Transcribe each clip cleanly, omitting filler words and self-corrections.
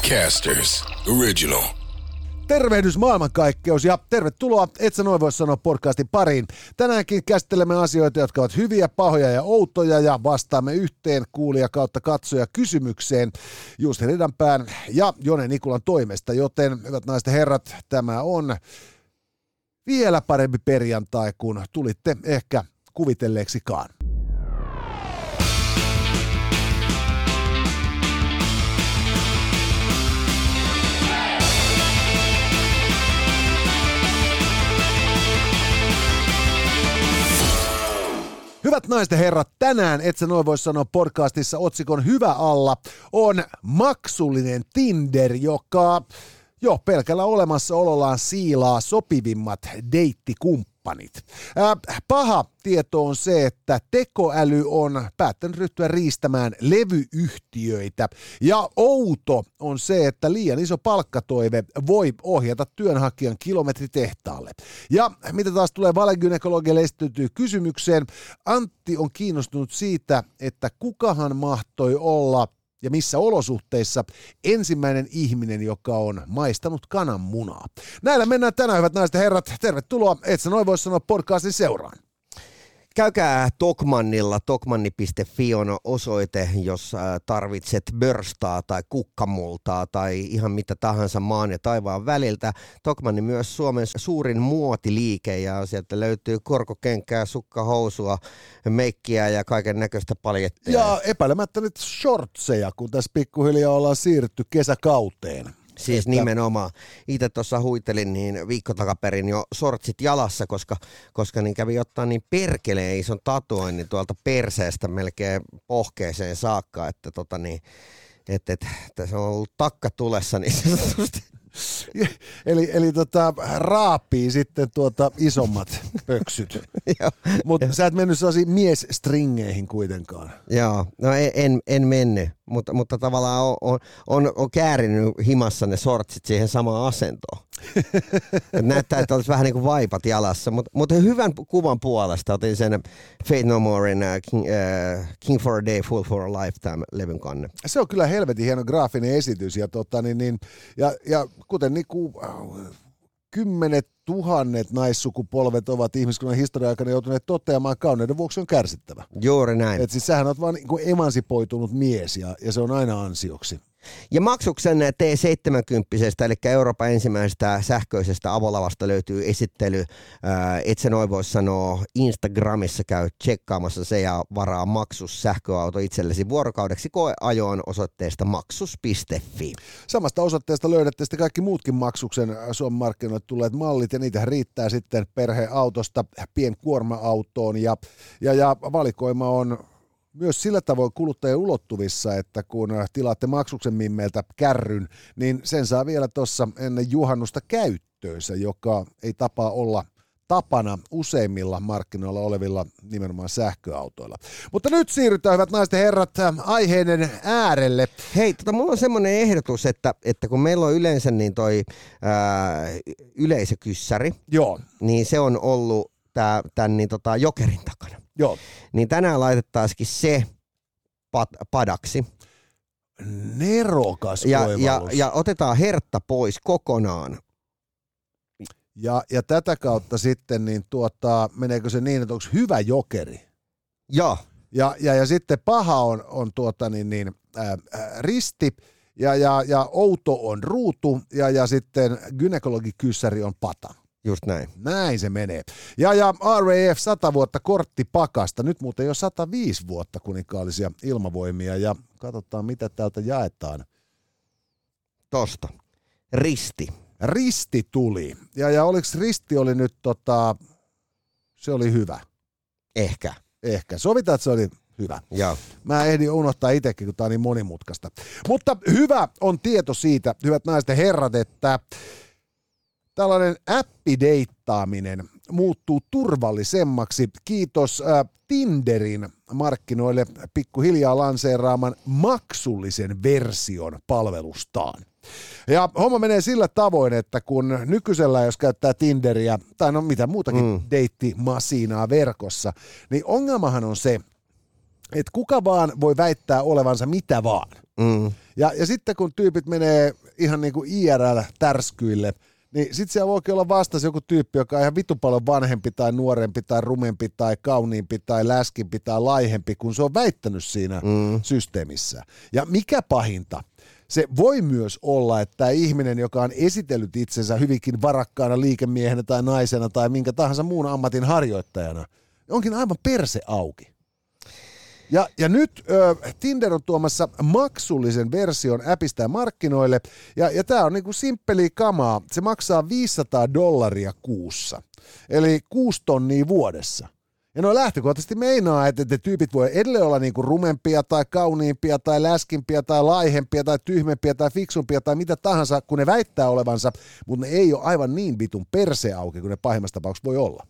Podcasters Original. Tervehdys maailmankaikkeus ja tervetuloa Et sä noin voi sanoa podcastin pariin. Tänäänkin käsittelemme asioita, jotka ovat hyviä, pahoja ja outoja ja vastaamme yhteen kuulija kautta katsoja kysymykseen Jussi Ridanpään ja Jone Nikulan toimesta. Joten hyvät naiset ja herrat, tämä on vielä parempi perjantai kuin tulitte ehkä kuvitelleeksikaan. Hyvät naiset ja herrat, tänään Et sä noin voi sanoa podcastissa otsikon Hyvä alla on maksullinen Tinder, joka jo pelkällä olemassaolollaan siilaa sopivimmat deittikumppanit. Paha tieto on se, että tekoäly on päättänyt ryhtyä riistämään levyyhtiöitä. Ja outo on se, että liian iso palkkatoive voi ohjata työnhakijan kilometritehtaalle. Ja mitä taas tulee valegynekologialle esitettyyn kysymykseen, Antti on kiinnostunut siitä, että kukahan mahtoi olla ja missä olosuhteissa ensimmäinen ihminen, joka on maistanut kananmunaa. Näillä mennään tänään, hyvät naiset ja herrat. Tervetuloa Et sä noin voi sanoa podcastin seuraan. Käykää Tokmannilla, tokmanni.fi on osoite, jos tarvitset börstaa tai kukkamultaa tai ihan mitä tahansa maan ja taivaan väliltä. Tokmanni myös Suomen suurin muotiliike ja sieltä löytyy korkokenkää, sukkahousua, meikkiä ja kaiken näköistä paljetteja. Ja epäilemättä nyt shortseja, kun tässä pikkuhiljaa ollaan siirrytty kesäkauteen. Siis nimenomaan. Itse tuossa huitelin niin viikko takaperin jo sortsit jalassa, koska niin kävi ottaa niin perkeleen ison tatuoinnin tuolta perseestä melkein pohkeeseen saakka, että tässä on ollut takka tulessa, niin Eli raapii sitten isommat pöksyt. Mutta sä et mennyt sellaisiin miesstringeihin kuitenkaan. Joo, no en mennyt, mutta tavallaan on käärinyt himassa ne sortsit siihen samaan asentoon. Näyttää, että olisi vähän niin kuin vaipat jalassa, mutta hyvän kuvan puolesta otin sen Faith No Morein King for a Day, Fool for a Lifetime -levyn kanne. Se on kyllä helvetin hieno graafinen esitys ja kuten kymmenet tuhannet naissukupolvet ovat ihmiskunnan historian aikana joutuneet toteamaan, kauneuden vuoksi on kärsittävä. Juuri näin. Et siis sähän oot vaan emansipoitunut mies ja se on aina ansioksi. Ja maksuksen T70, eli Euroopan ensimmäisestä sähköisestä avolavasta löytyy esittely. Et sä noin voi sanoa, Instagramissa käy tsekkaamassa se ja varaa maksus sähköauto itsellesi vuorokaudeksi koeajoon osoitteesta maksus.fi. Samasta osoitteesta löydätte sitten kaikki muutkin maksuksen Suomen markkinoille tulleet mallit ja niitä riittää sitten perheautosta pienkuorma-autoon ja valikoima on myös sillä tavoin kuluttajien ulottuvissa, että kun tilaatte maksuksen mimmeiltä kärryn, niin sen saa vielä tuossa ennen juhannusta käyttöönsä, joka ei tapaa olla tapana useimmilla markkinoilla olevilla nimenomaan sähköautoilla. Mutta nyt siirrytään, hyvät naiset ja herrat, aiheiden äärelle. Hei, mulla on semmoinen ehdotus, että kun meillä on yleensä niin toi yleisökyssäri, joo, niin se on ollut tämän jokerin takana. Joo. Niin tänään laitettaisikin se padaksi. Nerokas oivallus. Ja otetaan hertta pois kokonaan. Ja tätä kautta sitten, niin meneekö se niin, että onko hyvä jokeri? Joo. Ja sitten paha on risti ja outo on ruutu ja sitten gynekologikyssäri on pata. Just näin. Näin se menee. Ja RAF 100 vuotta korttipakasta. Nyt muuten jo 105 vuotta kuninkaallisia ilmavoimia. Ja katsotaan, mitä täältä jaetaan. Tosta. Risti. Risti tuli. Ja oliko risti oli nyt se oli hyvä? Ehkä. Sovitaan, että se oli hyvä. Joo. Mä ehdin unohtaa itsekin, kun tää on niin monimutkaista. Mutta hyvä on tieto siitä, hyvät naiset ja herrat, että tällainen appideittaaminen muuttuu turvallisemmaksi. Kiitos Tinderin markkinoille pikkuhiljaa lanseeraaman maksullisen version palvelustaan. Ja homma menee sillä tavoin, että kun nykyisellä jos käyttää Tinderiä tai no mitä muutakin deittimasiinaa verkossa, niin ongelmahan on se, että kuka vaan voi väittää olevansa mitä vaan. Ja sitten kun tyypit menee ihan niin kuin IRL-tärskyille, niin sitten siellä voikin olla vastassa joku tyyppi, joka on ihan vittu paljon vanhempi tai nuorempi tai rumempi tai kauniimpi tai läskimpi tai laihempi, kun se on väittänyt siinä systeemissä. Ja mikä pahinta, se voi myös olla, että tämä ihminen, joka on esitellyt itsensä hyvinkin varakkaana liikemiehenä tai naisena tai minkä tahansa muun ammatin harjoittajana, onkin aivan perse auki. Ja nyt Tinder on tuomassa maksullisen version appista markkinoille, ja tämä on niinku simppeliä kamaa. Se maksaa $500 kuussa, eli 6 tonnia vuodessa. Ja no lähtökohtaisesti meinaa, että tyypit voi edelleen olla niinku rumempia tai kauniimpia tai läskimpiä tai laihempia tai tyhmempiä tai fiksumpia tai mitä tahansa, kun ne väittää olevansa, mutta ne ei ole aivan niin vitun perse auki, kuin ne pahimmassa tapauksessa voi olla.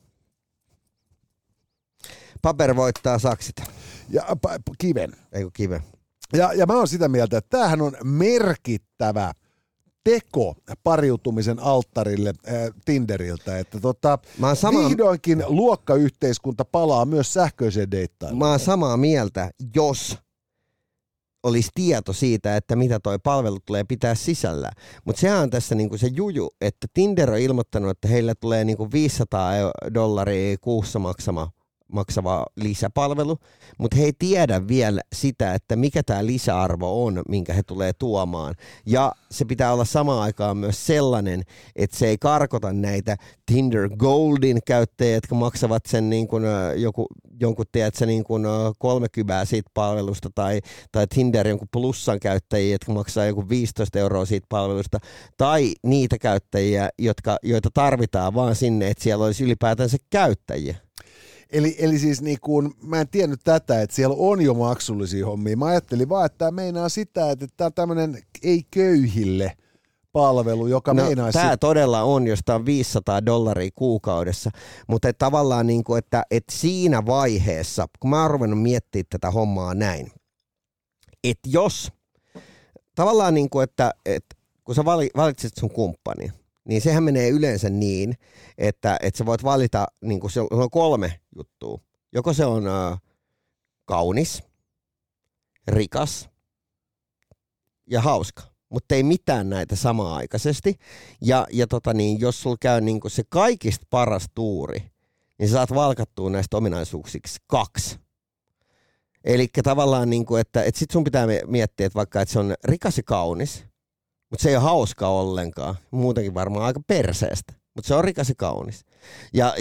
Paper voittaa saksit. Ja kiven. Eikö kiven? Ja mä oon sitä mieltä, että tämähän on merkittävä teko pariutumisen alttarille Tinderiltä, että vihdoinkin luokkayhteiskunta palaa myös sähköiseen deittailuun. Mä oon samaa mieltä, jos olisi tieto siitä, että mitä toi palvelu tulee pitää sisällä. Mutta sehän on tässä niinku se juju, että Tinder on ilmoittanut, että heillä tulee niinku $500 kuussa maksava lisäpalvelu, mutta he ei tiedä vielä sitä, että mikä tämä lisäarvo on, minkä he tulee tuomaan. Ja se pitää olla samaan aikaan myös sellainen, että se ei karkota näitä Tinder Goldin käyttäjiä, jotka maksavat sen niin kuin jonkun tiedätkö, niin kuin 30 siitä palvelusta, tai Tinder jonkun plussan käyttäjiä, jotka maksaa joku €15 siitä palvelusta, tai niitä käyttäjiä, joita tarvitaan vaan sinne, että siellä olisi ylipäätänsä käyttäjiä. Eli siis niin kuin, mä en tiennyt tätä, että siellä on jo maksullisia hommia. Mä ajattelin vaan, että tämä meinaa sitä, että tämä on tämmöinen ei-köyhille palvelu, joka meinaisi... Tämä todella on, jos tämä on $500 kuukaudessa, mutta tavallaan niin kuin, että siinä vaiheessa, kun mä oon ruvennut miettimään tätä hommaa näin, että jos tavallaan niin kuin, että kun sä valitset sun kumppani, niin sehän menee yleensä niin, että sä voit valita, niin kun se on 3 juttua. Joko se on kaunis, rikas ja hauska, mutta ei mitään näitä samaaikaisesti. Ja jos sulla käy niin kun se kaikista paras tuuri, niin sä saat valkattua näistä ominaisuuksiksi 2. Eli tavallaan, niin kun, että sit sun pitää miettiä, että vaikka että se on rikas ja kaunis, mutta se ei ole hauska ollenkaan. Muutenkin varmaan aika perseestä. Mutta se on rikas ja kaunis. Ja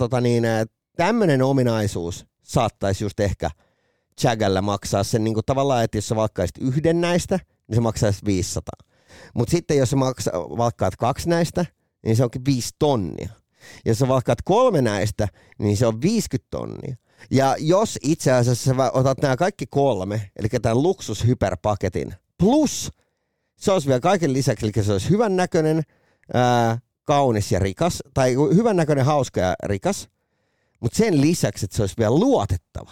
tämmöinen ominaisuus saattaisi just ehkä Chagalla maksaa sen niin kuin tavallaan, että jos sä valkkaisit yhden näistä, niin se maksaisi 500. Mutta sitten jos sä valkkaat 2 näistä, niin se onkin 5 tonnia. Jos sä valkkaat 3 näistä, niin se on 50 tonnia. Ja jos itse asiassa sä otat nämä kaikki 3, eli tämän luksushyperpaketin, plus se olisi vielä kaiken lisäksi, eli se olisi hyvän näköinen, kaunis ja rikas, tai hyvän näköinen, hauska ja rikas, mutta sen lisäksi, että se olisi vielä luotettava,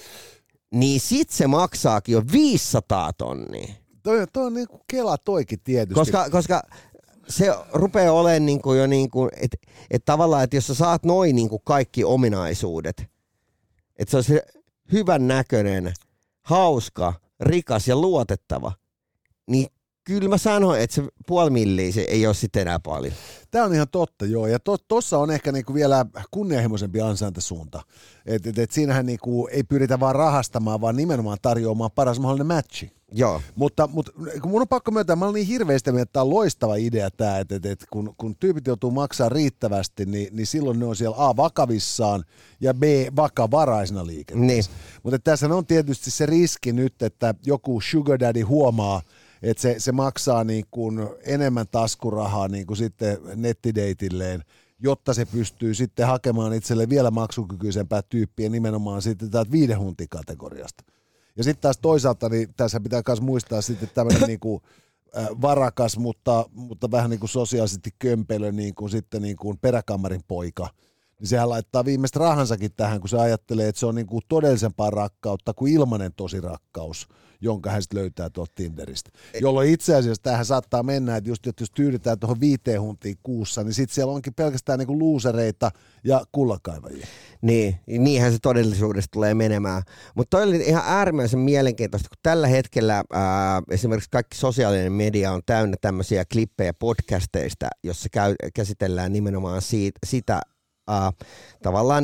niin sit se maksaakin jo 500 tonnia. Toi on niinku kela toikin tietysti. Koska se rupeaa olemaan niinku jo niinku, että tavallaan, että jos sä saat noin niinku kaikki ominaisuudet, että se olisi hyvän näköinen, hauska, rikas ja luotettava, niin kyllä mä sanoin, että se $500 se ei ole sitten enää paljon. Tämä on ihan totta, joo. Ja tuossa on ehkä niinku vielä kunnianhimoisempi ansaintasuunta. Et siinähän niinku ei pyritä vaan rahastamaan, vaan nimenomaan tarjoamaan paras mahdollinen matchi. Joo. Mutta kun mun on pakko myöntää, mä olen niin hirveästi, että tämä on loistava idea tämä, että kun tyypit joutuu maksaa riittävästi, niin silloin ne on siellä A vakavissaan ja B vakavaraisena liikenteessä. Niin. Mutta tässä on tietysti se riski nyt, että joku sugar daddy huomaa, että se maksaa niin kuin enemmän taskurahaa niin kuin sitten nettideitilleen, jotta se pystyy sitten hakemaan itselleen vielä maksukykyisempää tyyppiä nimenomaan sitten täältä 5 huntin kategoriasta. Ja sitten taas toisaalta, niin tässä pitää myös muistaa sitten tämmöinen niin kuin varakas, mutta vähän niin kuin sosiaalisesti kömpelö, niin kuin sitten niin kuin peräkammarin poika, niin sehän laittaa viimeistä rahansakin tähän, kun se ajattelee, että se on niinku todellisempaa rakkautta kuin ilmanen tosirakkaus, jonka hän sitten löytää tuolta Tinderistä. Jolloin itse asiassa tähän saattaa mennä, että just jos tyydytään tuohon 5 huntiin kuussa, niin sitten siellä onkin pelkästään niinku luusereita ja kullankaivajia. Niin, niinhän se todellisuudessa tulee menemään. Mutta toi oli ihan äärimmäisen mielenkiintoista, kun tällä hetkellä esimerkiksi kaikki sosiaalinen media on täynnä tämmöisiä klippejä podcasteista, jossa käsitellään nimenomaan sitä tavallaan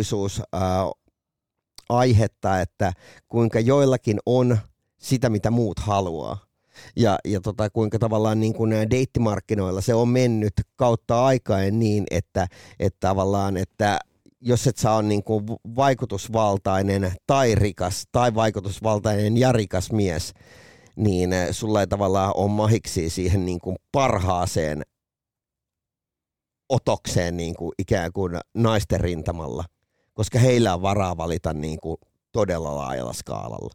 ikuisuusaihetta, että kuinka joillakin on sitä, mitä muut haluaa. Ja kuinka tavallaan niin kuin deittimarkkinoilla se on mennyt kautta aikain niin, että tavallaan, että jos et saa niin kuin vaikutusvaltainen tai rikas tai vaikutusvaltainen ja rikas mies, niin sulla ei tavallaan ole mahiksi siihen niin kuin parhaaseen otokseen niin kuin ikään kuin naisten rintamalla, koska heillä on varaa valita niin kuin todella laajalla skaalalla.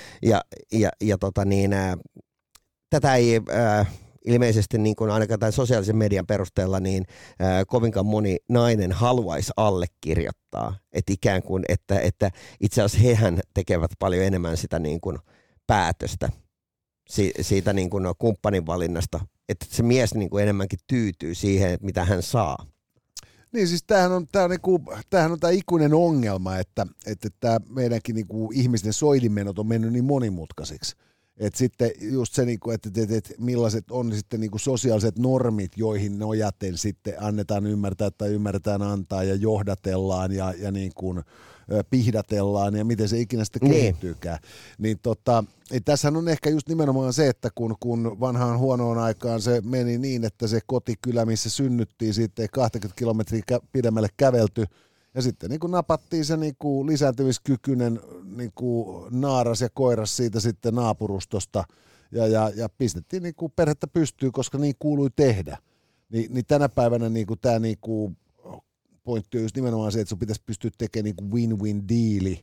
Tätä ei ilmeisesti niin kuin ainakaan tämän sosiaalisen median perusteella niin kovinkaan moni nainen haluaisi allekirjoittaa, että ikään kuin, että itse asiassa hehän tekevät paljon enemmän sitä niin kuin päätöstä siitä niin kuin kumppanin valinnasta, että se mies niin kuin enemmänkin tyytyy siihen, että mitä hän saa. Niin siis tämähän on tämä ikuinen ongelma, että tämä meidänkin niinku ihmisten soidinmenot on mennyt niin monimutkaisiksi. Että sitten just se, että millaiset on sitten niinku sosiaaliset normit, joihin nojaten sitten annetaan ymmärtää tai ymmärretään antaa ja johdatellaan ja niin kuin pihdatellaan ja miten se ikinä sitten kehittyykään. Niin tässähän on ehkä just nimenomaan se, että kun vanhaan huonoon aikaan se meni niin, että se kotikylä, missä synnyttiin, sitten 20 kilometriä pidemmälle kävelty, ja sitten niin kuin napattiin se niin kuin lisääntymiskykyinen niin kuin naaras ja koiras siitä sitten naapurustosta ja pistettiin niin kuin perhettä pystyyn, koska niin kuului tehdä. Niin tänä päivänä niin kuin tämä niin kuin pointti on just nimenomaan se, että sun pitäisi pystyä tekemään niin kuin win-win diili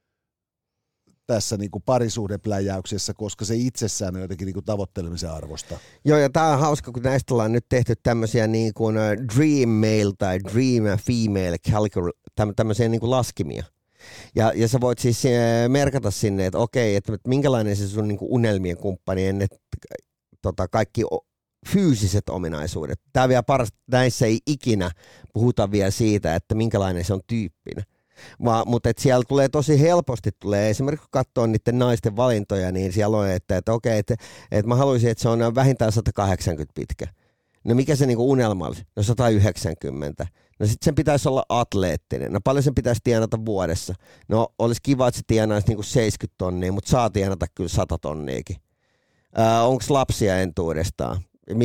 tässä niin kuin parisuhdepläjäyksessä, koska se itsessään on jotenkin niin kuin tavoittelemisen arvosta. Joo, ja tämä on hauska, kun näistä ollaan nyt tehty tämmöisiä niin kuin dream male tai dream female tämmöisiä niin kuin laskimia. Ja sä voit siis merkata sinne, että okei, että minkälainen se sun niin kuin unelmien kumppanien, että kaikki fyysiset ominaisuudet. Tämä vielä parasta, näissä ei ikinä puhuta vielä siitä, että minkälainen se on tyyppinä. Mutta siellä tulee tosi helposti, esimerkiksi kun katsoo niiden naisten valintoja, niin siellä on, että okei, että mä haluaisin, että se on vähintään 180 pitkä. No mikä se niinku unelma olisi? No 190. No sitten sen pitäisi olla atleettinen. No paljon sen pitäisi tienata vuodessa? No olisi kiva, että se tienaisi niinku 70 tonnia, mutta saa tienata kyllä 100 tonniakin. Onko lapsia entuudestaan?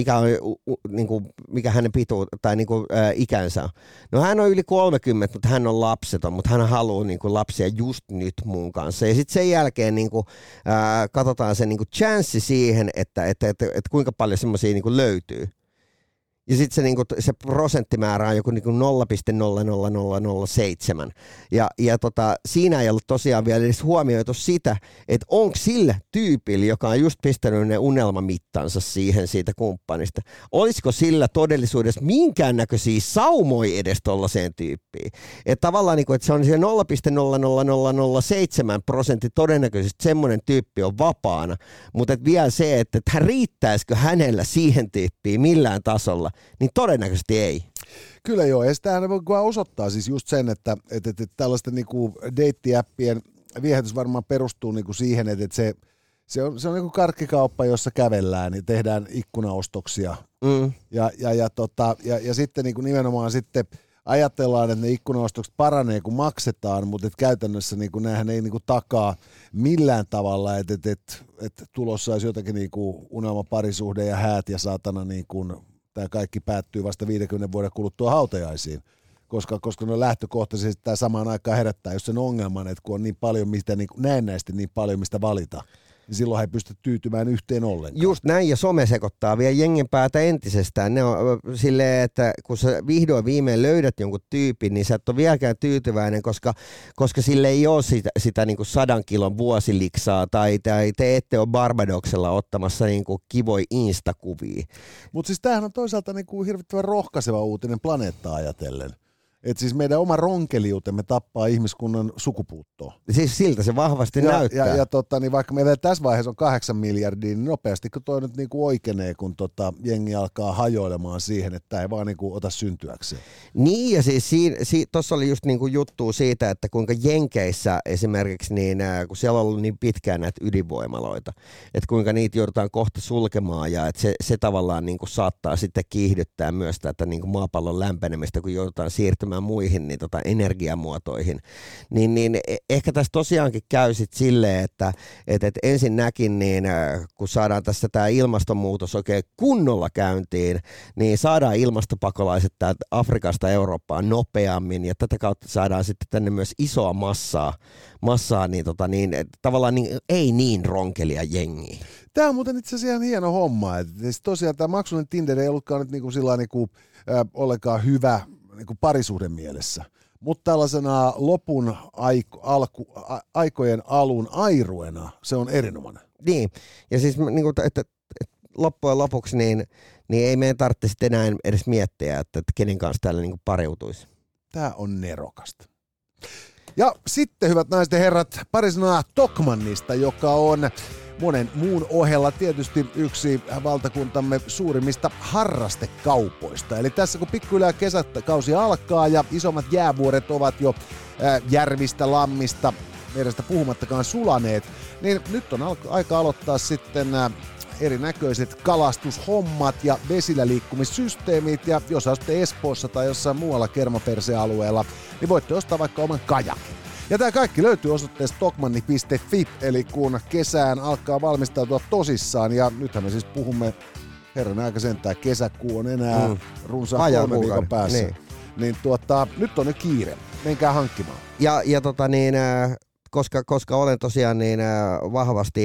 Mikä hänen ikänsä on. No hän on yli 30, mutta hän on lapseton, mutta hän haluaa lapsia just nyt mun kanssa. Ja sitten sen jälkeen katsotaan se chanssi siihen, että kuinka paljon semmoisia löytyy. Ja sitten se prosenttimäärä on joku 0,00007. Ja siinä ei ollut tosiaan vielä edes huomioitu sitä, että onko sillä tyypillä, joka on just pistänyt ne unelmamittansa siihen siitä kumppanista, olisiko sillä todellisuudessa minkäännäköisiä saumoja edes tollaiseen tyyppiin. Että tavallaan, että se on siellä 0,00007% todennäköisesti semmoinen tyyppi on vapaana, mutta vielä se, että riittäisikö hänellä siihen tyyppiin millään tasolla, niin todennäköisesti ei. Kyllä joo, ja sitähän voi osoittaa siis just sen, että tällaisten niinku deittiäppien viehätys varmaan perustuu niinku siihen, että se on niinku karkkikauppa, jossa kävellään ja tehdään ikkunaostoksia. Ja sitten niinku nimenomaan sitten ajatellaan, että ne ikkunaostokset paranee, kun maksetaan, mutta käytännössä niinku näähän ei niinku takaa millään tavalla, että tulossa olisi jotakin niinku unelmaparisuhde ja häät ja saatana niinku tämä kaikki päättyy vasta 50 vuoden kuluttua hautajaisiin, koska ne lähtökohtaisesti tämä samaan aikaan herättää just sen ongelman, että kun on niin paljon, näennäisesti niin paljon, mistä valita, niin silloin ei pysty tyytymään yhteen ollenkaan. Just näin, ja some sekoittaa vielä jengin päätä entisestään. Ne on silleen, että kun sä vihdoin viimein löydät jonkun tyypin, niin sä et ole vieläkään tyytyväinen, koska sille ei ole sitä niin kuin 100 kilon vuosiliksaa, tai te ette ole Barbadoksella ottamassa niin kuin kivoja instakuvia. Mutta siis tämähän on toisaalta niin kuin hirvittävän rohkaiseva uutinen planeettaa ajatellen. Että siis meidän oma ronkeliutemme tappaa ihmiskunnan sukupuuttoon. Siis siltä se vahvasti näyttää. Ja niin vaikka meillä tässä vaiheessa on 8 miljardia, niin nopeasti kun toi nyt niinku oikeenee, kun jengi alkaa hajoilemaan siihen, että ei vaan niinku ota syntyäkseen. Niin, ja siis tuossa oli just niinku juttua siitä, että kuinka Jenkeissä esimerkiksi, niin, kun siellä on ollut niin pitkään näitä ydinvoimaloita, että kuinka niitä joudutaan kohta sulkemaan, ja että se tavallaan niinku saattaa sitten kiihdyttää myös tätä niinku maapallon lämpenemistä, kun joudutaan siirtymään muihin niin energiamuotoihin, niin ehkä tässä tosiaankin käy sit silleen, että ensinnäkin niin, kun saadaan tässä tämä ilmastonmuutos oikein kunnolla käyntiin, niin saadaan ilmastopakolaiset täältä Afrikasta Eurooppaan nopeammin, ja tätä kautta saadaan sitten tänne myös isoa massaa niin, tavallaan ei niin ronkelia jengiä. Tämä on muuten itse asiassa ihan hieno homma. Siis tosiaan tämä maksullinen Tinder ei ollutkaan nyt ollenkaan hyvä niinku parisuhden mielessä, mutta tällaisena aikojen alun airuena se on erinomainen. Niin, ja siis niinku, että loppujen lopuksi niin ei meidän tarvitse enää edes miettiä, että kenen kanssa täällä niinku pariutuisi. Tämä on nerokasta. Ja sitten, hyvät naiset ja herrat, pari sanaa Tokmannista, joka on monen muun ohella tietysti yksi valtakuntamme suurimmista harrastekaupoista. Eli tässä kun pikkuhiljaa kesäkausi alkaa ja isommat jäävuoret ovat jo järvistä, lammista, merestä puhumattakaan sulaneet, niin nyt on aika aloittaa sitten erinäköiset kalastushommat ja vesillä liikkumissysteemit, ja jos asutte Espoossa tai jossain muualla kermapersealueella, niin voitte ostaa vaikka oman kajakin. Ja tämä kaikki löytyy osoitteesta tokmanni.fi, eli kun kesään alkaa valmistautua tosissaan, ja nythän me siis puhumme, herran aika sentään, kesäkuu on enää runsaan 3 viikon päässä, niin nyt on nyt kiire, menkää hankkimaan. Ja koska olen tosiaan niin vahvasti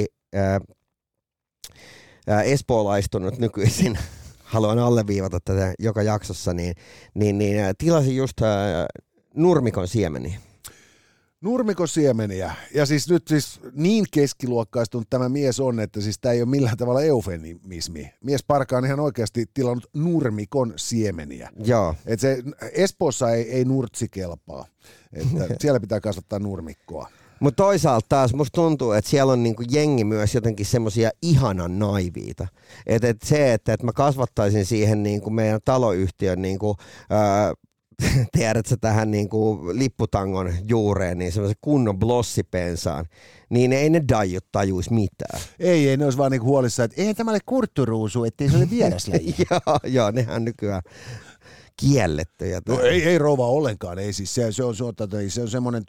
espoolaistunut nykyisin, haluan alleviivata tätä joka jaksossa, niin tilasin just nurmikon siemeniä. Nurmikon siemeniä. Ja siis nyt siis niin keskiluokkaistunut tämä mies on, että siis tämä ei ole millään tavalla eufemismi. Mies Parka on ihan oikeasti tilannut nurmikon siemeniä. Joo. Et se, Espoossa ei nurtsi kelpaa. Että siellä pitää kasvattaa nurmikkoa. Mutta toisaalta taas musta tuntuu, että siellä on niinku jengi myös jotenkin semmoisia ihanan naiviita. Että mä kasvattaisin siihen niinku meidän taloyhtiön niinku, tiedätkö tähän niinku lipputangon juureen, niin semmoisen kunnon blossipensaan, niin ei ne dajut tajuisi mitään. Ei ne olisi vaan niinku huolissaan, että eihän tämä ole kurtturuusu, ettei se ole vieraslaji. Joo, nehän nykyään kiellettyjä. No ei rouva ollenkaan, ei siis se on semmoinen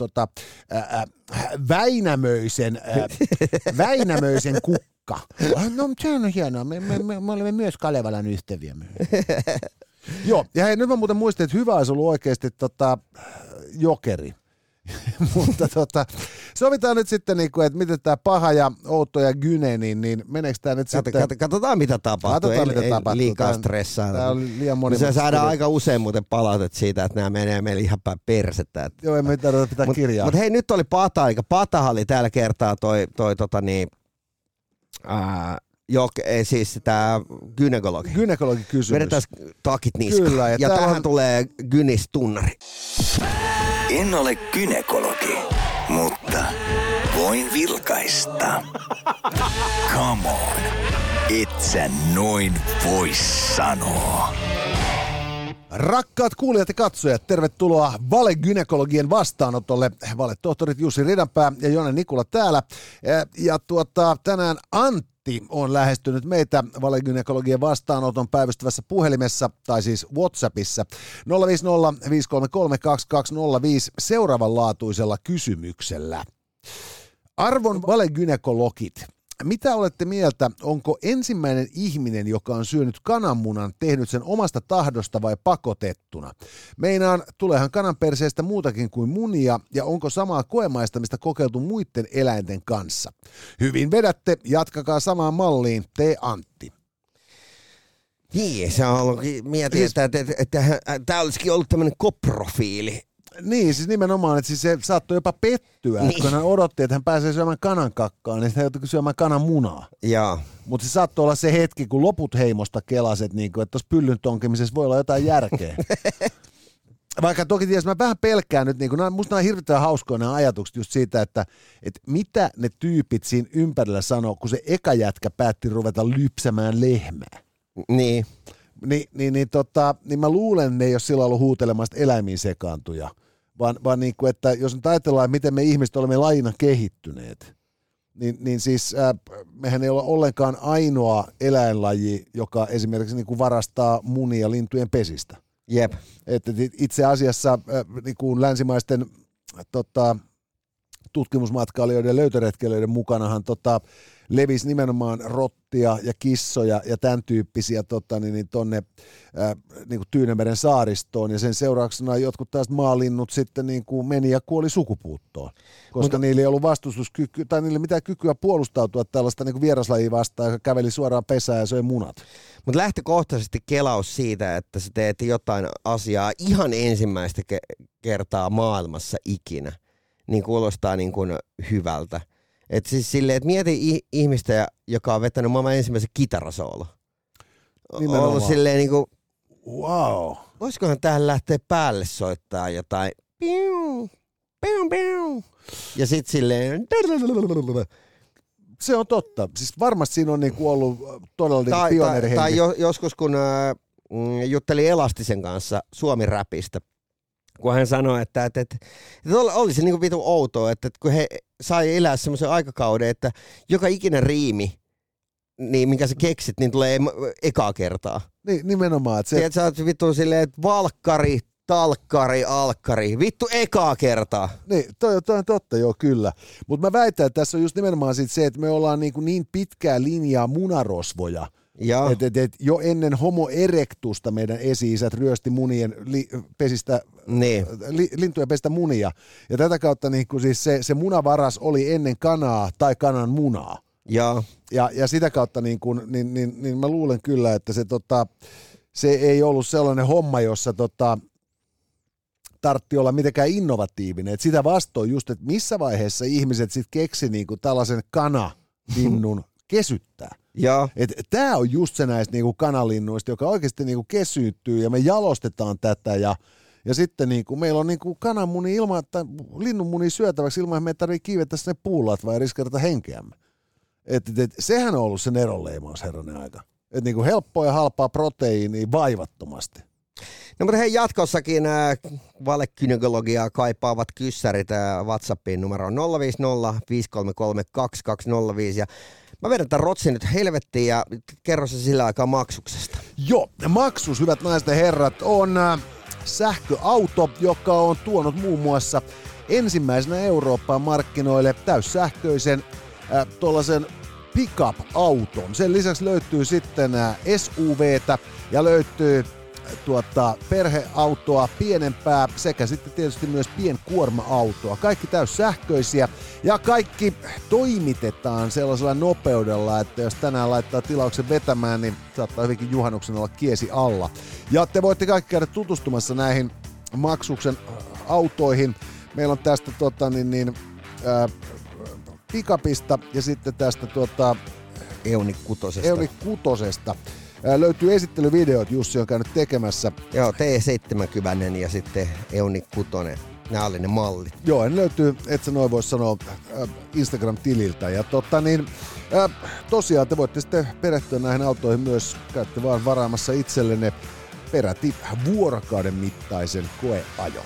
Väinämöisen kukka. No se on hienoa, me olemme myös Kalevalan ystäviä. Joo, ja hei, nyt mä muuten muistin, että hyvä olisi ollut oikeasti jokeri. Mutta sovitaan nyt sitten, että miten tämä paha ja outo ja gyne, niin meneekö tämä nyt sitten... Katsotaan mitä tapahtuu, ei liikaa stressaa. Tämä on liian moni. Se saadaan aika usein muuten palautet siitä, että nämä menee meille ihan päin persettä. Joo, ei me tarvitse pitää kirjaa. Mutta hei, nyt oli pata, eikä patahan oli tällä kertaa siis tämä gynekologi. Gynekologikysymys. Vedetään takit niskaan. Kyllä. Ja tähän tulee gynistunnari. En ole gynekologi, mutta voin vilkaista. Come on, et sä noin voi sanoa. Rakkaat kuulijat ja katsojat, tervetuloa Vale-gynekologien vastaanotolle. Vale-tohtorit Jussi Ridanpää ja Jone Nikula täällä. Ja tänään Antti on lähestynyt meitä Vale-gynekologien vastaanoton päivystävässä puhelimessa, tai siis WhatsAppissa 050 533 2205 seuraavanlaatuisella kysymyksellä. Arvon Vale-gynekologit, mitä olette mieltä, onko ensimmäinen ihminen, joka on syönyt kananmunan, tehnyt sen omasta tahdosta vai pakotettuna? Meinaan, tuleehan kananperseestä muutakin kuin munia, ja onko samaa koemaistamista kokeiltu muiden eläinten kanssa? Hyvin vedätte, jatkakaa samaan malliin, te Antti. Niin, se on ollut, mietin, että tämä olisikin ollut tämmöinen koprofiili. Niin, siis nimenomaan, että siis se saattoi jopa pettyä, niin. Kun hän odotti, että hän pääsee syömään kanankakkaa, niin hän joutui syömään kananmunaa. Mutta se saattoi olla se hetki, kun loput heimosta kelaset, niin että tuossa pyllyn tonkimisessa voi olla jotain järkeä. Vaikka toki tietysti mä vähän pelkään nyt, niin musta nämä on hirvittävän hauskoja nämä ajatukset just siitä, että mitä ne tyypit siinä ympärillä sanoo, kun se eka jätkä päätti ruveta lypsämään lehmää. Niin. Niin mä luulen, että ne ei ole silloin ollut huutelemasta eläimiin sekaantuja, vaan niin kuin, että jos nyt ajatellaan, miten me ihmiset olemme lajina kehittyneet, niin siis mehän ei ole ollenkaan ainoa eläinlaji, joka esimerkiksi niin kuin varastaa munia lintujen pesistä. Jep. Että itse asiassa niin kuin länsimaisten tutkimusmatkailijoiden ja löytöretkeilijöiden mukanahan levisi nimenomaan rottia ja kissoja ja tämän tyyppisiä tonne niin kuin Tyynemeren saaristoon, ja sen seurauksena jotkut taas maalinnut sitten niin kuin meni ja kuoli sukupuuttoon, koska niillä ei ollut vastustuskykyä tai niillä ei mitään kykyä puolustautua tällaista niin kuin vieraslajia vastaan, joka käveli suoraan pesään ja söi munat. Mutta lähtökohtaisesti kelaus siitä, että sä teet jotain asiaa ihan ensimmäistä kertaa maailmassa ikinä, niin kuulostaa niin kuin hyvältä. Että siis silleen, että mieti ihmistä, joka on vetänyt maailman ensimmäisen kitarasoolo. Nimenomaan. Ollut silleen niin kuin, wow. Voisikohan tähän lähteä päälle soittaa jotain piu, piu, piu. Ja sit silleen se on totta. Siis varmasti siinä on niinku ollut todella niinku pioneerihenki. Tai joskus kun juttelin Elastisen kanssa Suomi-räpistä, kun hän sanoi, että oli se niinku vitu outoa, että kun he sai elää semmoisen aikakauden, että joka ikinen riimi, niin minkä sä keksit, niin tulee ekaa kertaa. Niin, nimenomaan. Tiedät, sä oot vittu silleen, että valkkari, talkkari, alkkari, vittu ekaa kertaa. Niin, toi on totta, joo, kyllä. Mutta mä väitän, että tässä on just nimenomaan se, että me ollaan niin pitkää linjaa munarosvoja. Et jo ennen homo erectusta meidän esi-isät ryösti munien pesistä, lintujen pesistä munia. Ja tätä kautta niin siis se munavaras oli ennen kanaa tai kanan munaa. Ja sitä kautta niin mä luulen kyllä, että se ei ollut sellainen homma, jossa tartti olla mitenkään innovatiivinen. Et sitä vastoin just, että missä vaiheessa ihmiset sitten keksi niinku tällaisen kanalinnun kesyttää. Tämä on just se näistä niinku kanalinnuista, joka oikeasti niinku kesyyttyy ja me jalostetaan tätä ja sitten niinku meillä on niinku kananmuni linnunmuni syötäväksi ilman, että me ei tarvitse kiivetä sinne puulat vai riskerata henkeämme. Sehän on ollut se neronleimaus herranen aika. Että niinku helppoa ja halpaa proteiinia vaivattomasti. No mutta hei, jatkossakin valekynekologiaa kaipaavat kyssärit WhatsAppiin numero 050 533 2205 ja mä vedän tämän rotsin nyt helvettiin ja kerro se sillä aikaa maksuksesta. Joo, maksus, hyvät naiset ja herrat, on sähköauto, joka on tuonut muun muassa ensimmäisenä Eurooppaan markkinoille täyssähköisen tuollaisen pick-up-auton. Sen lisäksi löytyy sitten SUVtä ja löytyy perheautoa pienempää sekä sitten tietysti myös pienkuorma-autoa. Kaikki täyssähköisiä ja kaikki toimitetaan sellaisella nopeudella, että jos tänään laittaa tilauksen vetämään, niin saattaa hyvinkin juhannuksen olla kiesi alla. Ja te voitte kaikki käydä tutustumassa näihin maksuksen autoihin. Meillä on tästä pick-upista ja sitten tästä Euni Kutosesta. Löytyy esittelyvideot, Jussi on käynyt tekemässä. Joo, T70 ja sitten Euni Kutonen. Nämä oli ne mallit. Joo, ne löytyy, et sä noin vois sanoa, Instagram-tililtä. Ja tosiaan te voitte sitten perehtyä näihin autoihin myös. Käytte vaan varaamassa itsellenne peräti vuorokauden mittaisen koeajon.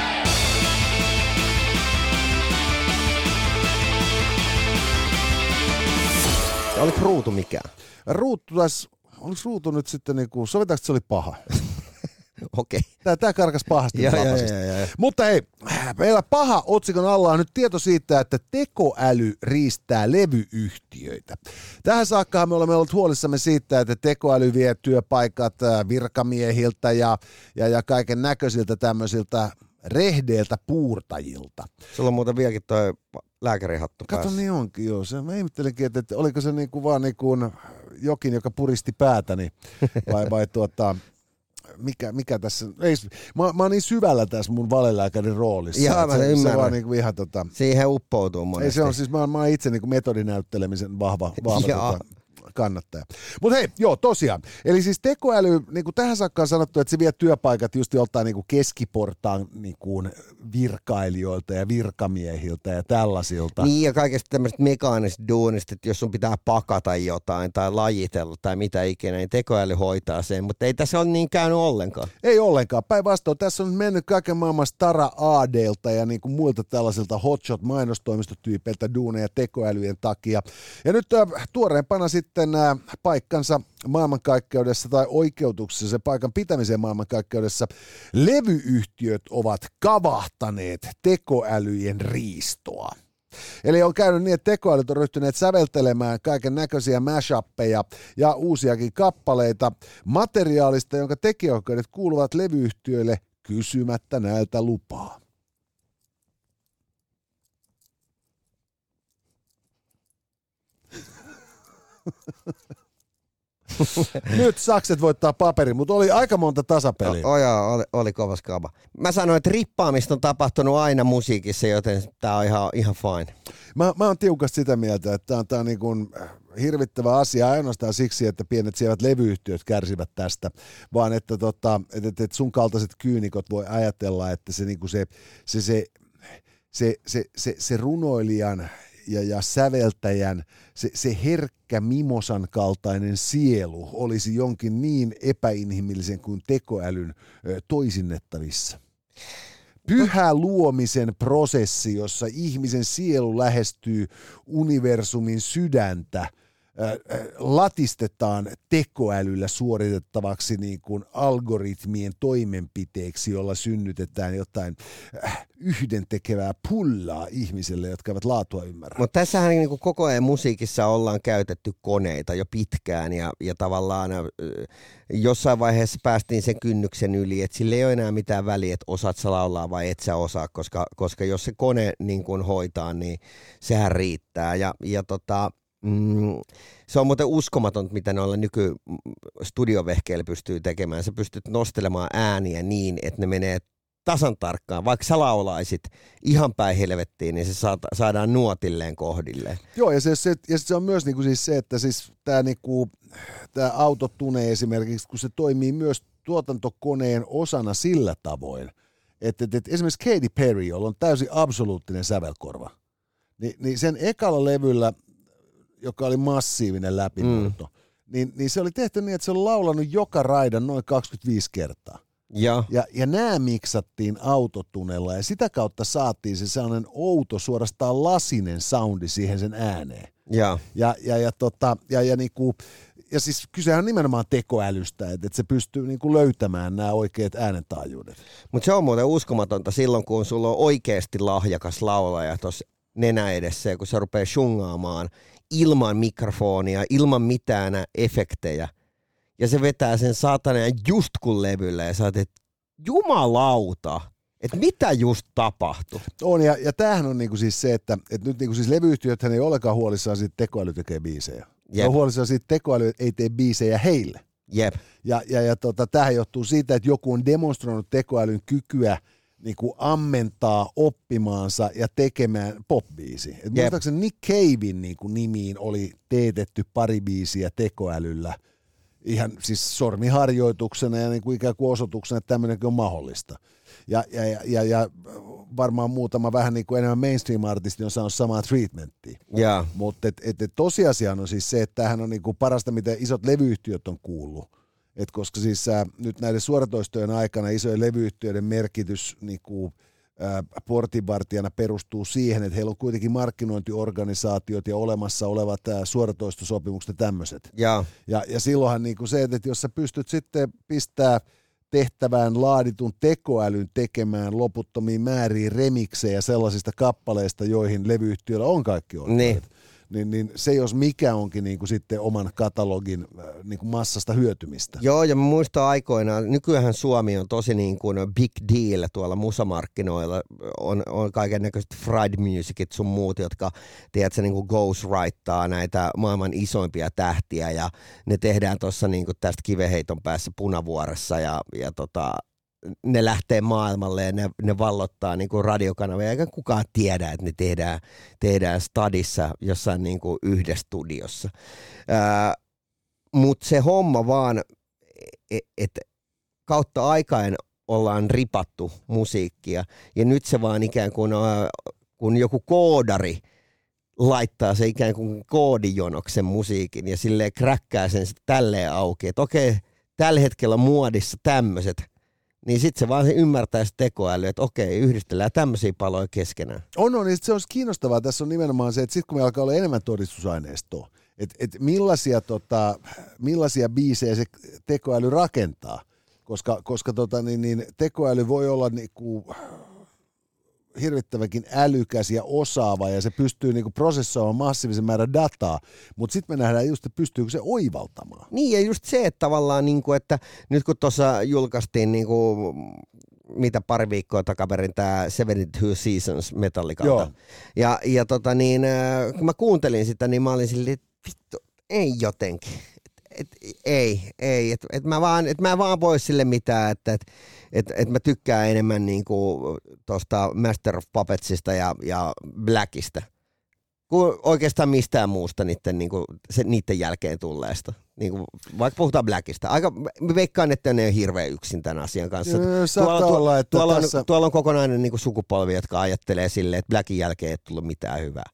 Oliko ruutu mikään? Oliko ruutu nyt sitten, sovitaanko, että se oli paha? Okei. Tää karkas pahasti lapasista. Mutta hei, meillä paha otsikon alla on nyt tieto siitä, että tekoäly riistää levyyhtiöitä. Tähän saakkahan me olemme olleet huolissamme siitä, että tekoäly vie työpaikat virkamiehiltä ja kaiken näköisiltä tämmöisiltä rehdeiltä puurtajilta. Sulla on muuten vieläkin toi lääkärihattu päässä. Kato, niin onkin joo. Mä ihmettelinkin, että oliko se vaan jokin, joka puristi päätäni vai mikä tässä, mä oon niin syvällä tässä mun valelääkärin roolissa. Jaa, mä ymmärrän. Se vaan ihan siihen uppoutuu monesti. Ei se on siis, mä oon itse metodinäyttelemisen vahva kannattaja. Mutta hei, joo, tosiaan. Eli siis tekoäly, niin kuin tähän saakka on sanottu, että se vie työpaikat just joltain niin kuin keskiportaan niin kuin virkailijoilta ja virkamiehiltä ja tällaisilta. Niin, ja kaikesta tämmöistä mekaanisesta duunista, että jos sun pitää pakata jotain tai lajitella tai mitä ikinä, niin tekoäly hoitaa sen, mutta ei tässä ole niin käynyt ollenkaan. Ei ollenkaan. Päinvastoin tässä on mennyt kaiken maailman Stara ADlta ja niin kuin muilta tällaisilta hotshot-mainostoimistotyypeiltä duuneja tekoälyjen takia. Ja nyt tuoreempana sitten paikkansa maailmankaikkeudessa tai oikeutuksessa, se paikan pitämiseen maailmankaikkeudessa, levyyhtiöt ovat kavahtaneet tekoälyjen riistoa. Eli on käynyt niin, että tekoälyt on ryhtyneet säveltelemään kaiken näköisiä mashappeja ja uusiakin kappaleita materiaalista, jonka tekijäoikeudet kuuluvat levyyhtiöille kysymättä näiltä lupaa. Nyt sakset voittaa paperin, mutta oli aika monta tasapeliä. Oli kovas kaba. Mä sanoin, että rippaamista on tapahtunut aina musiikissa, joten tää on ihan fine. Mä oon tiukasti sitä mieltä, että tää on niin kuin hirvittävä asia ainoastaan siksi, että pienet sievät levyyhtiöt kärsivät tästä, vaan että sun kaltaiset kyynikot voi ajatella, että se niinku se runoilijan ja säveltäjän, se herkkä mimosan kaltainen sielu olisi jonkin niin epäinhimillisen kuin tekoälyn toisinnettavissa. Pyhä luomisen prosessi, jossa ihmisen sielu lähestyy universumin sydäntä, latistetaan tekoälyllä suoritettavaksi niin kuin algoritmien toimenpiteeksi, jolla synnytetään jotain yhdentekevää pullaa ihmisille, jotka eivät laatua ymmärrä. Mutta tässähän niin kuin koko ajan musiikissa ollaan käytetty koneita jo pitkään ja tavallaan jossain vaiheessa päästiin sen kynnyksen yli, että sillä ei ole enää mitään väliä, että osaat sä laulaa vai et sä osaa, koska jos se kone niin kuin hoitaa, niin sehän riittää se on muuten uskomatonta, mitä noilla nykystudiovehkeillä pystyy tekemään. Sä pystyt nostelemaan ääniä niin, että ne menee tasan tarkkaan. Vaikka sä laulaisit ihan päin helvettiin, niin se saadaan nuotilleen kohdilleen. Joo, ja se on myös niinku siis se, että siis tämä autotune esimerkiksi, kun se toimii myös tuotantokoneen osana sillä tavoin, että esimerkiksi Katy Perry, jolla on täysin absoluuttinen sävelkorva, niin sen ekalla levyllä, joka oli massiivinen läpimurto, niin se oli tehty niin, että se oli laulanut joka raidan noin 25 kertaa. Ja nämä miksattiin autotunella ja sitä kautta saatiin se sellainen outo, suorastaan lasinen soundi siihen sen ääneen. Ja siis kysehän on nimenomaan tekoälystä, että se pystyy niinku löytämään nämä oikeat äänentaajuudet. Mutta se on muuten uskomatonta silloin, kun sulla on oikeasti lahjakas laulaja tuossa nenä edessä, ja kun se rupeaa shungaamaan ilman mikrofonia, ilman mitään efektejä, ja se vetää sen saatanan just kun levyllä, ja sä oot, että jumalauta, että mitä just tapahtui? On, ja tämähän on niinku siis se, että nyt niinku siis levyyhtiöthän ei olekaan huolissaan siitä, tekoäly tekee biisejä. Ne on huolissaan siitä, tekoäly ei tee biisejä heille. Jep. Ja tämähän johtuu siitä, että joku on demonstroinut tekoälyn kykyä niinku ammentaa oppimaansa ja tekemään pop-biisi. Muistaakseni Nick Caven niinku nimiin oli teetetty pari biisiä tekoälyllä ihan siis sormiharjoituksena ja niinku ikään kuin osoituksena, että tämmöinenkin on mahdollista. Ja varmaan muutama vähän niin kuin enemmän mainstream-artisti on saanut samaa treatmenttia. Mutta tosiasia on siis se, että tämähän on niinku parasta, mitä isot levyyhtiöt on kuullut. Koska siis nyt näiden suoratoistojen aikana isojen levyyhtiöiden merkitys niinku, portinvartijana perustuu siihen, että heillä on kuitenkin markkinointiorganisaatiot ja olemassa olevat suoratoistosopimukset ja tämmöiset. Ja silloinhan niinku se, että jos sä pystyt sitten pistää tehtävään laaditun tekoälyn tekemään loputtomiin määriin remiksejä sellaisista kappaleista, joihin levyyhtiöillä on kaikki oikeudet. Niin se jos mikä onkin niin kuin sitten oman katalogin niin kuin massasta hyötymistä. Joo, ja mä muistan aikoinaan, nykyään Suomi on tosi niin kuin big deal tuolla musamarkkinoilla, on kaiken näköiset fried musicit sun muut, jotka tiedätkö, niin kuin ghostwrittaa näitä maailman isoimpia tähtiä, ja ne tehdään tuossa niin kuin tästä kiveheiton päässä Punavuoressa, ja ne lähtee maailmalle ja ne vallottaa niin kuin radiokanavia, eikä kukaan tiedä, että ne tehdään stadissa jossain niin kuin yhdessä studiossa. Mutta se homma vaan, että kautta aikain ollaan ripattu musiikkia ja nyt se vaan ikään kuin, kun joku koodari laittaa se ikään kuin koodijonoksen musiikin ja silleen kräkkää sen tälleen auki, että okei, tällä hetkellä muodissa tämmöiset, niin sitten se vaan ymmärtää se tekoäly, että okei, yhdistellään tämmöisiä paloja keskenään. Niin se olisi kiinnostavaa. Tässä on nimenomaan se, että sitten kun me alkaa olla enemmän todistusaineistoa, että millaisia biisejä se tekoäly rakentaa, koska tekoäly voi olla niinku hirvittävänkin älykäs ja osaava ja se pystyy niinku prosessoimaan massiivisen määrän dataa, mutta sitten me nähdään just, että pystyykö se oivaltamaan. Niin ja just se, että tavallaan, niinku, että nyt kun tuossa julkaistiin niinku, mitä pari viikkoa takaperin tämä 72 Seasons Metallicalta. Ja kun mä kuuntelin sitä, niin mä olin silleen, että vittu, ei jotenkin. Mä vaan vois sille mitään, että mä tykkään enemmän niinku tosta Master of Puppetsista ja Blackista kuin oikeastaan mistään muusta niiden jälkeen tulleesta. Niinku, vaikka puhutaan Blackista. Mä veikkaan, että ne on hirveän yksin tämän asian kanssa. Tuolla on kokonainen niinku sukupolvi, jotka ajattelee silleen, että Blackin jälkeen ei tullut mitään hyvää.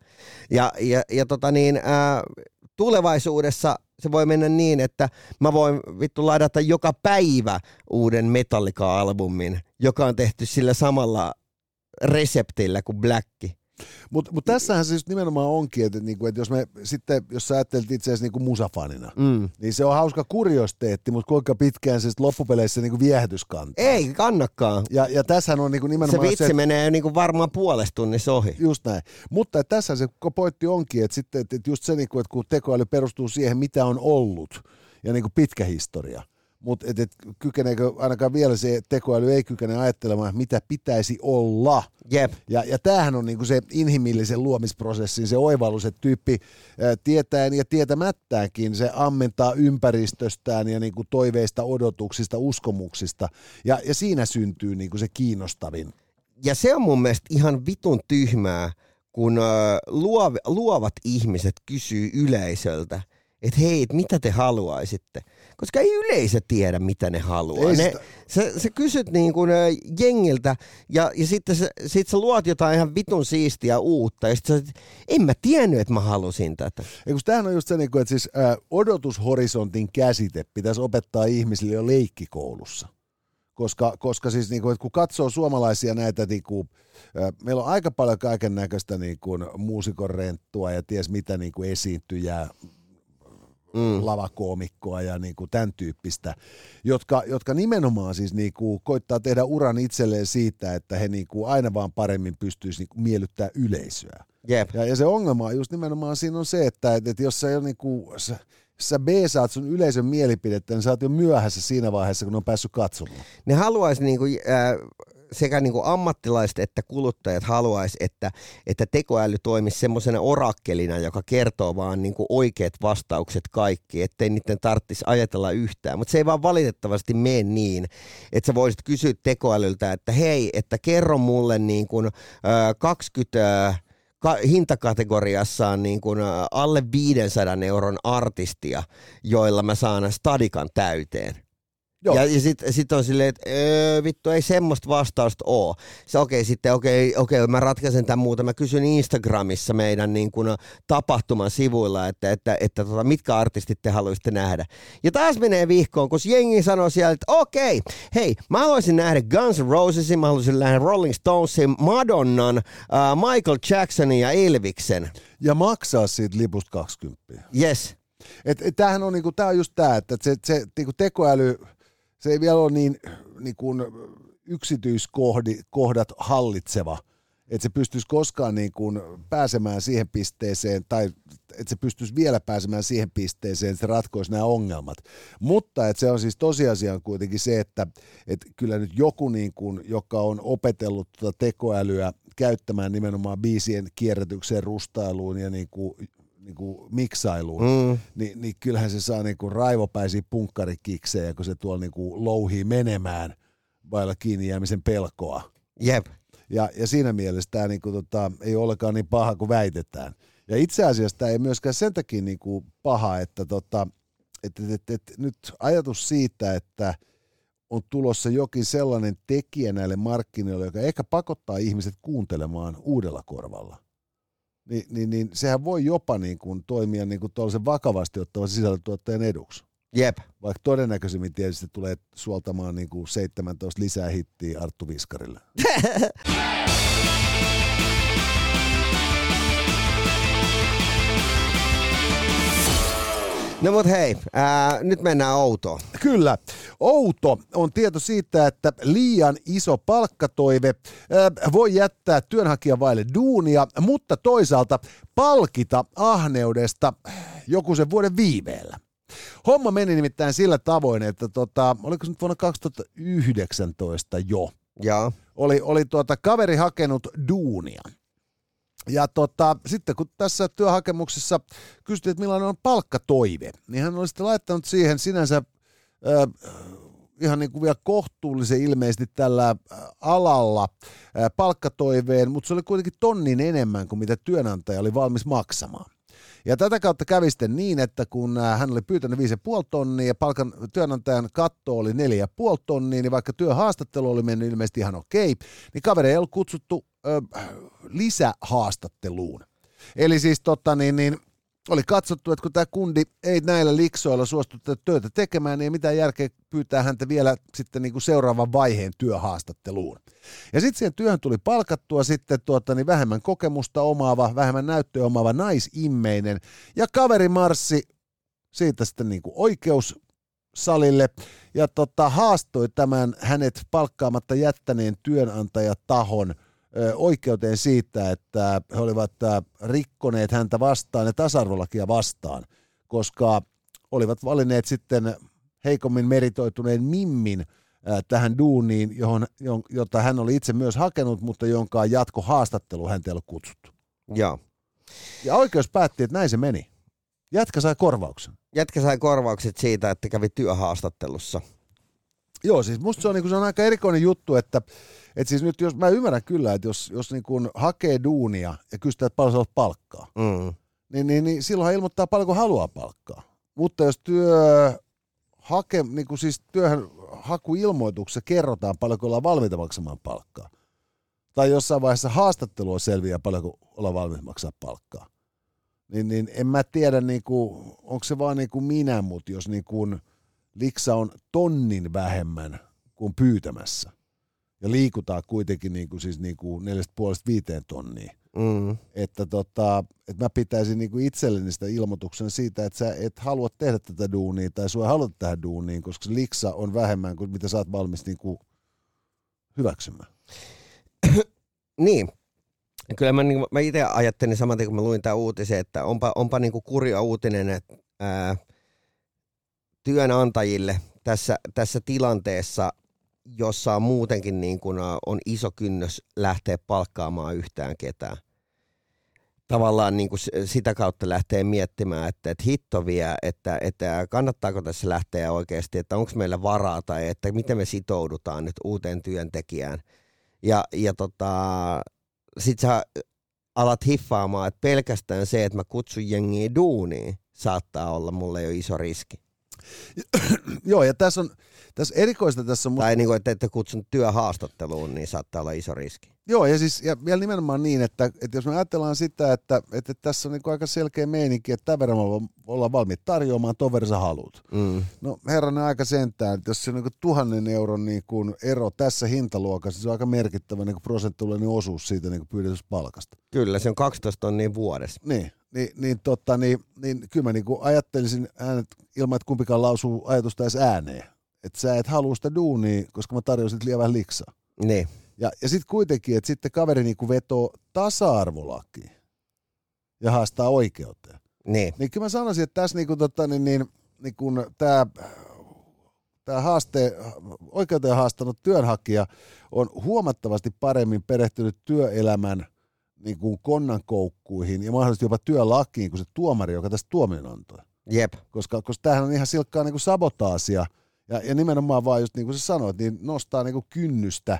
Tulevaisuudessa se voi mennä niin, että mä voin ladata joka päivä uuden Metallica-albumin, joka on tehty sillä samalla reseptillä kuin Black. Mutta tässähän se just nimenomaan onkin, että jos sä ajattelet itse asiassa musafanina, niin se on hauska kuriositeetti, mutta kuinka pitkään se loppupeleissä viehätys kantaa. Ei kannakaan. Ja tässähän on nimenomaan se vitsi menee varmaan puolesta tunnissa ohi. Just näin. Mutta tässä se pointti onkin, että just se, että kun tekoäly perustuu siihen, mitä on ollut ja pitkä historia. Mutta kykeneekö ainakaan vielä se tekoäly ei kykene ajattelemaan, mitä pitäisi olla. Jep. Ja tämähän on se inhimillisen luomisprosessin se oivallus, että tyyppi tietäen ja tietämättäänkin se ammentaa ympäristöstään ja toiveista, odotuksista, uskomuksista. Ja siinä syntyy se kiinnostavin. Ja se on mun mielestä ihan vitun tyhmää, kun luovat ihmiset kysyy yleisöltä, että hei, mitä te haluaisitte? Koska ei yleisö tiedä, mitä ne haluaa. Sä kysyt niin kuin jengiltä ja sitten sä luot jotain ihan vitun siistiä uutta. Ja sitten en mä tiennyt, että mä halusin tätä. Tämähän on just se, että siis, odotushorisontin käsite pitäisi opettaa ihmisille jo leikkikoulussa. Koska siis, kun katsoo suomalaisia näitä, meillä on aika paljon kaiken näköistä muusikon renttua ja ties mitä esiintyjää, lavakoomikkoa ja tämän tyyppistä, jotka nimenomaan siis koittaa tehdä uran itselleen siitä, että he aina vaan paremmin pystyisi miellyttää yleisöä. Yep. Ja se ongelma just nimenomaan siinä on se, että jos sä jo sä B-saat sun yleisön mielipidettä, niin sä oot jo myöhässä siinä vaiheessa, kun on päässyt katsomaan. Ne haluaisi sekä ammattilaiset että kuluttajat haluaisi, että tekoäly toimisi semmoisena orakkelina, joka kertoo vaan oikeat vastaukset kaikki, ettei niiden tarvitsisi ajatella yhtään. Mutta se ei vaan valitettavasti mene niin, että sä voisit kysyä tekoälyltä, että hei, että kerro mulle 20 hintakategoriassaan alle 500 euron artistia, joilla mä saan stadikan täyteen. Joo. Ja sit on silleen, että vittu ei semmoista vastausta oo. Okei, mä ratkaisen tämän muuta. Mä kysyn Instagramissa meidän tapahtuman sivuilla, että mitkä artistit te haluaisitte nähdä. Ja taas menee vihkoon, kun jengi sanoo siellä, että okei, hei, mä haluaisin nähdä Guns N' Rosesin, mä haluaisin nähdä Rolling Stonesin, Madonnan, Michael Jacksonin ja Elviksen. Ja maksaa siitä lipusta 20. Yes. Tämähän on, tää on just tää, että se tekoäly, se ei vielä ole niin kuin yksityiskohdat hallitseva, että se pystyisi koskaan pääsemään siihen pisteeseen, tai että se pystyisi vielä pääsemään siihen pisteeseen, että se ratkoisi nämä ongelmat. Mutta että se on siis tosiasia on kuitenkin se, että kyllä nyt joku, joka on opetellut tekoälyä käyttämään nimenomaan biisien kierrätykseen, rustailuun ja miksailuun, niin kyllähän se saa raivopäisiä punkkarikiksejä, kun se tuolla louhii menemään vailla kiinni jäämisen pelkoa. Jep. Ja siinä mielessä tämä ei ole ollenkaan niin paha kuin väitetään. Ja itse asiassa tämä ei myöskään sen takia paha, että nyt ajatus siitä, että on tulossa jokin sellainen tekijä näille markkinoille, joka ehkä pakottaa ihmiset kuuntelemaan uudella korvalla, niin sehän voi jopa niin kuin toimia niin kuin tuollaisen vakavasti ottavan sisällöntuottajan eduksi. Jep. Vaikka todennäköisemmin tietysti tulee suoltamaan niin kuin 17 lisää hittiä Arttu Viskarille. No mut hei, nyt mennään outoon. Kyllä. Outo on tieto siitä, että liian iso palkkatoive voi jättää työnhakijan vaille duunia, mutta toisaalta palkita ahneudesta joku sen vuoden viiveellä. Homma meni nimittäin sillä tavoin, että oliko se nyt vuonna 2019 jo? Jaa. Oli kaveri hakenut duunia. Ja sitten kun tässä työhakemuksessa kysyttiin, että millainen on palkkatoive, niin hän oli sitten laittanut siihen sinänsä ihan niin kuin vielä kohtuullisen ilmeisesti tällä alalla palkkatoiveen, mutta se oli kuitenkin tonnin enemmän kuin mitä työnantaja oli valmis maksamaan. Ja tätä kautta kävi sitten niin, että kun hän oli pyytänyt 5,5 tonnia ja työnantajan katto oli 4,5 tonnia, niin vaikka työhaastattelu oli mennyt ilmeisesti ihan okei, niin kaveri ei ollut kutsuttu lisähaastatteluun. Eli siis oli katsottu, että kun tämä kundi ei näillä liksoilla suostu työtä tekemään, niin ei mitään järkeä pyytää häntä vielä sitten niin kuin seuraavan vaiheen työhaastatteluun. Ja sitten siihen työhön tuli palkattua sitten vähemmän kokemusta omaava, vähemmän näyttöä omaava naisimmeinen, ja kaveri marssi siitä sitten niin kuin oikeussalille ja haastoi tämän hänet palkkaamatta jättäneen työnantajatahon oikeuteen siitä, että he olivat rikkoneet häntä vastaan ja tasa-arvolakia vastaan, koska olivat valinneet sitten heikommin meritoituneen Mimmin tähän duuniin, jota hän oli itse myös hakenut, mutta jonka jatkohaastattelu häntä ei ollut kutsuttu. Joo. Ja oikeus päätti, että näin se meni. Jätkä sai korvauksen. Jätkä sai korvaukset siitä, että kävi työhaastattelussa. Joo, siis musta se on aika erikoinen juttu, että siis nyt jos mä ymmärrän kyllä, että jos niin kuin hakee duunia ja kysytään, että paljon sä olet palkkaa, niin silloinhan ilmoittaa paljon, kun haluaa palkkaa. Mutta jos niin kuin siis työhön hakuilmoituksessa kerrotaan paljon, kun ollaan valmiita maksamaan palkkaa, tai jossain vaiheessa haastattelua selviää paljon, kun ollaan valmiita maksaa palkkaa, niin en mä tiedä, niin kuin, onko se vaan niin kuin minä, mutta jos niin kuin liksa on tonnin vähemmän kuin pyytämässä, ja liikutaan kuitenkin niin kuin 4,5–5 tonnia. Että mä pitäisin niin kuin itselleni sitä ilmoituksen siitä, että sä et halua tehdä tätä duunia tai sua ei haluta tähän duuniin, koska se liksa on vähemmän kuin mitä sä oot valmis niin kuin hyväksymään. Niin. Kyllä mä itse ajattelin samaten, kun mä luin tämän uutisen, että onpa niin kuin kurja uutinen, että työnantajille tässä tilanteessa, jossa on muutenkin niin kuin on iso kynnys lähteä palkkaamaan yhtään ketään. Tavallaan niin kuin sitä kautta lähtee miettimään, että hitto vie, että kannattaako tässä lähteä oikeasti, että onko meillä varaa tai että miten me sitoudutaan nyt uuteen työntekijään. Ja sit sä alat hiffaamaan, että pelkästään se, että mä kutsun jengiä duuniin, saattaa olla mulle jo iso riski. Joo, ja tässä erikoista tässä on... Tai niin kuin, että kutsun työhaastatteluun, niin saattaa olla iso riski. Joo, ja vielä nimenomaan niin, että jos me ajatellaan sitä, että tässä on niin kuin aika selkeä meininki, että tämän verran ollaan valmiit tarjoamaan, ton verran sä haluut. No herranen aika sentään, että jos se on niin kuin 1 000 euron niin kuin ero tässä hintaluokassa, se on aika merkittävä niin kuin prosentuaalinen osuus siitä niin kuin pyydetystä palkasta. Kyllä, se on 12 tonnia vuodessa. Niin kyllä mä niin kuin ajattelisin äänet ilman, että kumpikaan lausuu ajatusta edes ääneen. Että sä et halua sitä duunia, koska mä tarjosin liian vähän liksaa. Niin. Ja sitten kuitenkin, että sitten kaveri niinku vetoo tasa-arvolakiin ja haastaa oikeuteen. Niin. Niin kyllä mä sanoisin, että tässä niinku tämä oikeuteen haastanut työnhakija on huomattavasti paremmin perehtynyt työelämän niin kuin konnankoukkuihin ja mahdollisesti jopa työlakiin kuin se tuomari, joka tästä tuomion antoi. Jep. Koska tämähän on ihan silkkaa niin kuin sabotaasia ja nimenomaan vaan just niin kuin sä sanoit, niin nostaa niin kuin kynnystä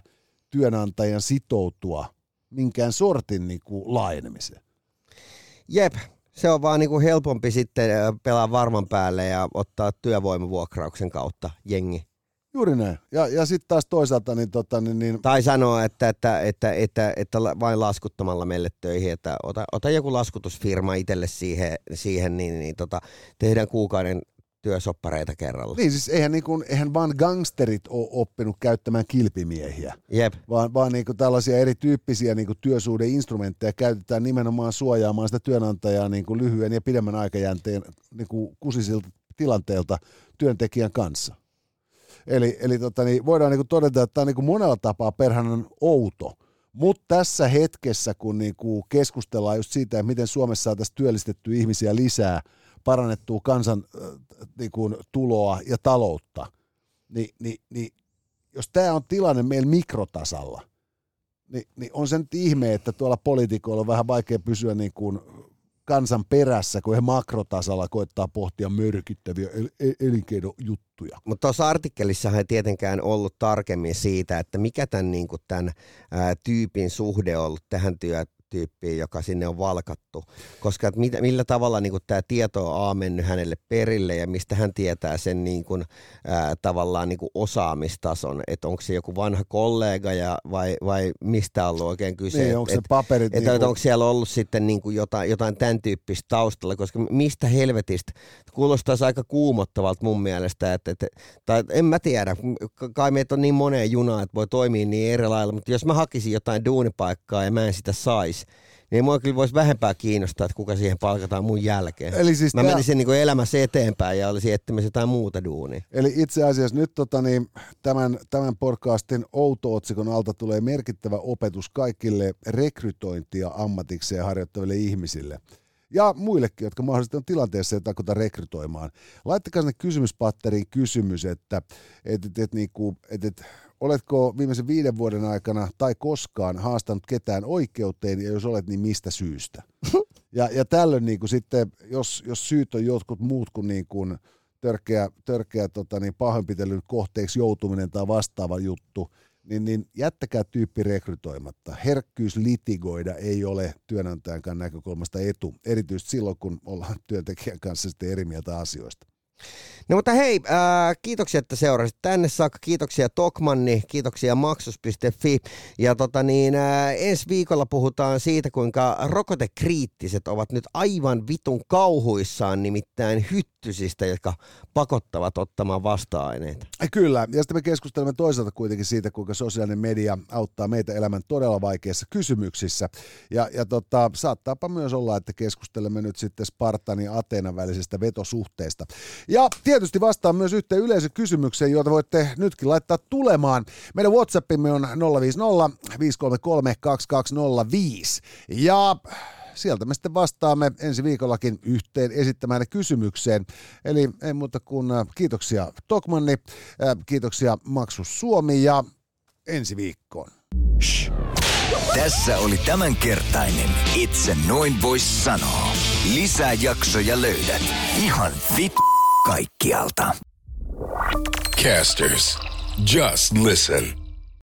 työnantajan sitoutua minkään sortin niin kuin laajenemiseen. Jep. Se on vaan niinku helpompi sitten pelaa varman päälle ja ottaa työvoimavuokrauksen kautta jengi. Juuri näin. Ja sitten taas toisaalta niin... Tai sanoa, että vain laskuttamalla meille töihin, että ota joku laskutusfirma itselle siihen niin tehdään kuukauden työsoppareita kerralla. Niin siis eihän vaan gangsterit ole oppinut käyttämään kilpimiehiä, Jep. vaan niinku tällaisia erityyppisiä niinku työsuhdeinstrumentteja käytetään nimenomaan suojaamaan sitä työnantajaa niinku lyhyen ja pidemmän aikajänteen niinku kusisilta tilanteelta työntekijän kanssa. Eli voidaan niinku todeta, että tämä on niinku monella tapaa perhanan outo, mutta tässä hetkessä, kun niinku keskustellaan just siitä, miten Suomessa saataisiin työllistettyä ihmisiä lisää, parannettua kansan tuloa ja taloutta, niin jos tämä on tilanne meillä mikrotasalla, niin on se nyt ihme, että tuolla poliitikoilla on vähän vaikea pysyä niin kuin kansan perässä, kun he makrotasalla koettaa pohtia merkittäviä elinkeinojuttuja. Mutta tuossa artikkelissahan ei tietenkään ollut tarkemmin siitä, että mikä tämän tyypin suhde on ollut tähän tyyppiin, joka sinne on valkattu, koska millä tavalla niin tämä tieto on mennyt hänelle perille ja mistä hän tietää sen tavallaan osaamistason, että onko se joku vanha kollega vai mistä on ollut oikein kyse, niin, onko se paperit, onko siellä ollut sitten jotain tämän tyyppistä taustalla, koska mistä helvetistä, kuulostaisi aika kuumottavalta mun mielestä, tai en mä tiedä, kai meitä on niin moneen junaan, että voi toimia niin eri lailla, mutta jos mä hakisin jotain duunipaikkaa ja mä en sitä saisi, niin mua kyllä voisi vähempää kiinnostaa, että kuka siihen palkataan mun jälkeen. Eli siis mä menisin elämässä eteenpäin ja olisin etsimässä jotain muuta duunia. Eli itse asiassa nyt tämän podcastin outo-otsikon alta tulee merkittävä opetus kaikille rekrytointia ammatikseen harjoittaville ihmisille. Ja muillekin, jotka mahdollisesti on tilanteessa, jota koetaan rekrytoimaan. Laittakaa sinne kysymyspatteriin kysymys, että oletko viimeisen 5 vuoden aikana tai koskaan haastanut ketään oikeuteen, ja jos olet, niin mistä syystä? Ja tällöin sitten, jos syyt on jotkut muut kuin törkeä pahoinpitelyn kohteeksi joutuminen tai vastaava juttu, niin jättäkää tyyppi rekrytoimatta. Herkkyys litigoida ei ole työnantajankaan näkökulmasta etu, erityisesti silloin, kun ollaan työntekijän kanssa sitten eri mieltä asioista. No mutta hei, kiitoksia, että seurasit tänne saakka, kiitoksia Tokmanni, kiitoksia maksus.fi ja ensi viikolla puhutaan siitä, kuinka rokotekriittiset ovat nyt aivan vitun kauhuissaan, nimittäin hyttysistä, jotka pakottavat ottamaan vasta-aineita. Kyllä, ja sitten me keskustelemme toisaalta kuitenkin siitä, kuinka sosiaalinen media auttaa meitä elämän todella vaikeissa kysymyksissä ja saattaapa myös olla, että keskustelemme nyt sitten Spartan ja Ateenan välisestä vetosuhteesta. Ja tietysti vastaan myös yhteen yleisökysymykseen, joita voitte nytkin laittaa tulemaan. Meidän WhatsAppimme on 050 533 2205. Ja sieltä me sitten vastaamme ensi viikollakin yhteen esittämään kysymykseen. Eli ei muuta kuin kiitoksia Tokmanni, kiitoksia Maksus Suomi ja ensi viikkoon. Shh. Tässä oli tämänkertainen Itse noin vois sanoa. Lisää jaksoja löydät ihan kaikkialta. Casters, just listen.